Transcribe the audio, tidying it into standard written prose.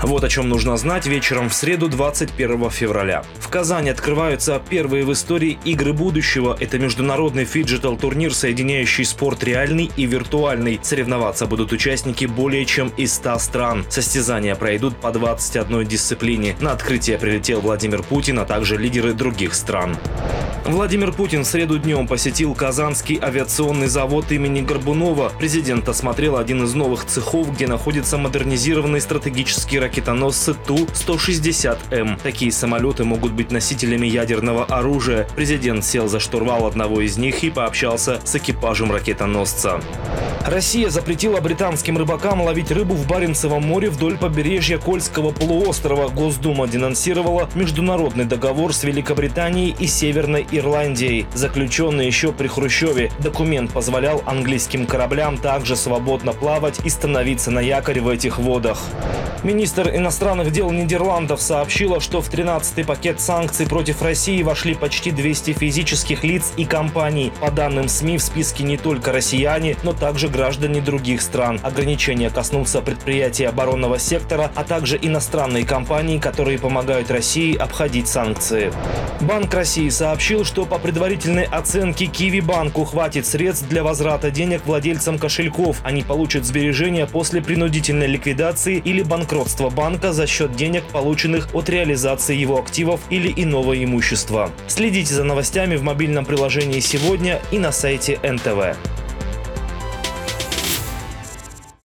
Вот о чем нужно знать вечером в среду 21 февраля. В Казани открываются первые в истории игры будущего. Это международный фиджитал-турнир, соединяющий спорт реальный и виртуальный. Соревноваться будут участники более чем из 100 стран. Состязания пройдут по 21 дисциплине. На открытие прилетел Владимир Путин, а также лидеры других стран. Владимир Путин в среду днем посетил Казанский авиационный завод имени Горбунова. Президент осмотрел один из новых цехов, где находятся модернизированные стратегические ракетоносцы Ту-160М. Такие самолеты могут быть носителями ядерного оружия. Президент сел за штурвал одного из них и пообщался с экипажем ракетоносца. Россия запретила британским рыбакам ловить рыбу в Баренцевом море вдоль побережья Кольского полуострова. Госдума денонсировала международный договор с Великобританией и Северной Ирландией, заключенный еще при Хрущеве. Документ позволял английским кораблям также свободно плавать и становиться на якорь в этих водах. Министр иностранных дел Нидерландов сообщила, что в 13-й пакет санкций против России вошли почти 200 физических лиц и компаний. По данным СМИ, в списке не только россияне, но также граждане других стран. Ограничения коснутся предприятий оборонного сектора, а также иностранные компании, которые помогают России обходить санкции. Банк России сообщил, что по предварительной оценке Киви-банку хватит средств для возврата денег владельцам кошельков. Они получат сбережения после принудительной ликвидации или банкротства банка за счет денег, полученных от реализации его активов или иного имущества. Следите за новостями в мобильном приложении «Сегодня» и на сайте НТВ.